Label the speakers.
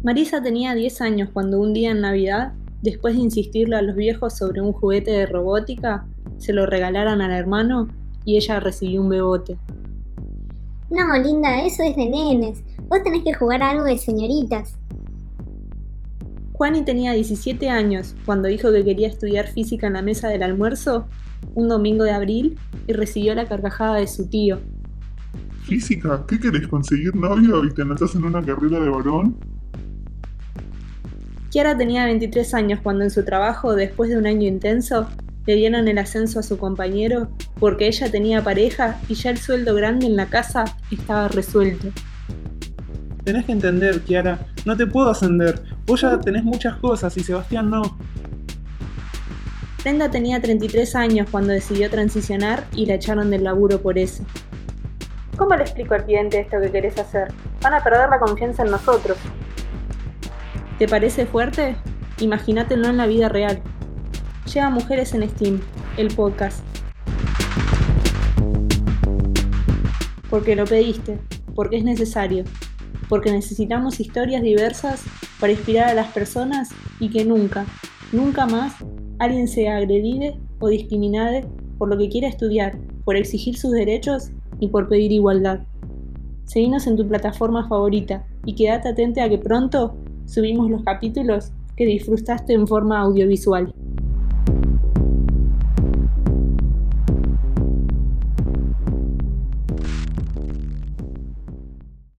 Speaker 1: Marisa tenía 10 años cuando un día en Navidad, después de insistirle a los viejos sobre un juguete de robótica, se lo regalaran al hermano y ella recibió un bebote.
Speaker 2: No, linda, eso es de nenes. Vos tenés que jugar a algo de señoritas.
Speaker 1: Juani tenía 17 años cuando dijo que quería estudiar física en la mesa del almuerzo, un domingo de abril, y recibió la carcajada de su tío.
Speaker 3: Física, ¿qué querés? ¿Conseguir novio y te anotás en una carrera de varón?
Speaker 1: Kiara tenía 23 años cuando en su trabajo, después de un año intenso, le dieron el ascenso a su compañero porque ella tenía pareja y ya el sueldo grande en la casa estaba resuelto.
Speaker 4: Tenés que entender, Kiara, no te puedo ascender. Vos ya tenés muchas cosas y Sebastián no.
Speaker 1: Brenda tenía 33 años cuando decidió transicionar y la echaron del laburo por eso. ¿Cómo le explico al cliente esto que querés hacer? Van a perder la confianza en nosotros. ¿Te parece fuerte? Imagínatelo en la vida real. Llega Mujeres en Steam, el podcast. Porque lo pediste, porque es necesario, porque necesitamos historias diversas para inspirar a las personas y que nunca, nunca más alguien sea agredido o discriminado por lo que quiera estudiar, por exigir sus derechos y por pedir igualdad. Seguinos en tu plataforma favorita y quédate atenta a que pronto subimos los capítulos que disfrutaste en forma audiovisual.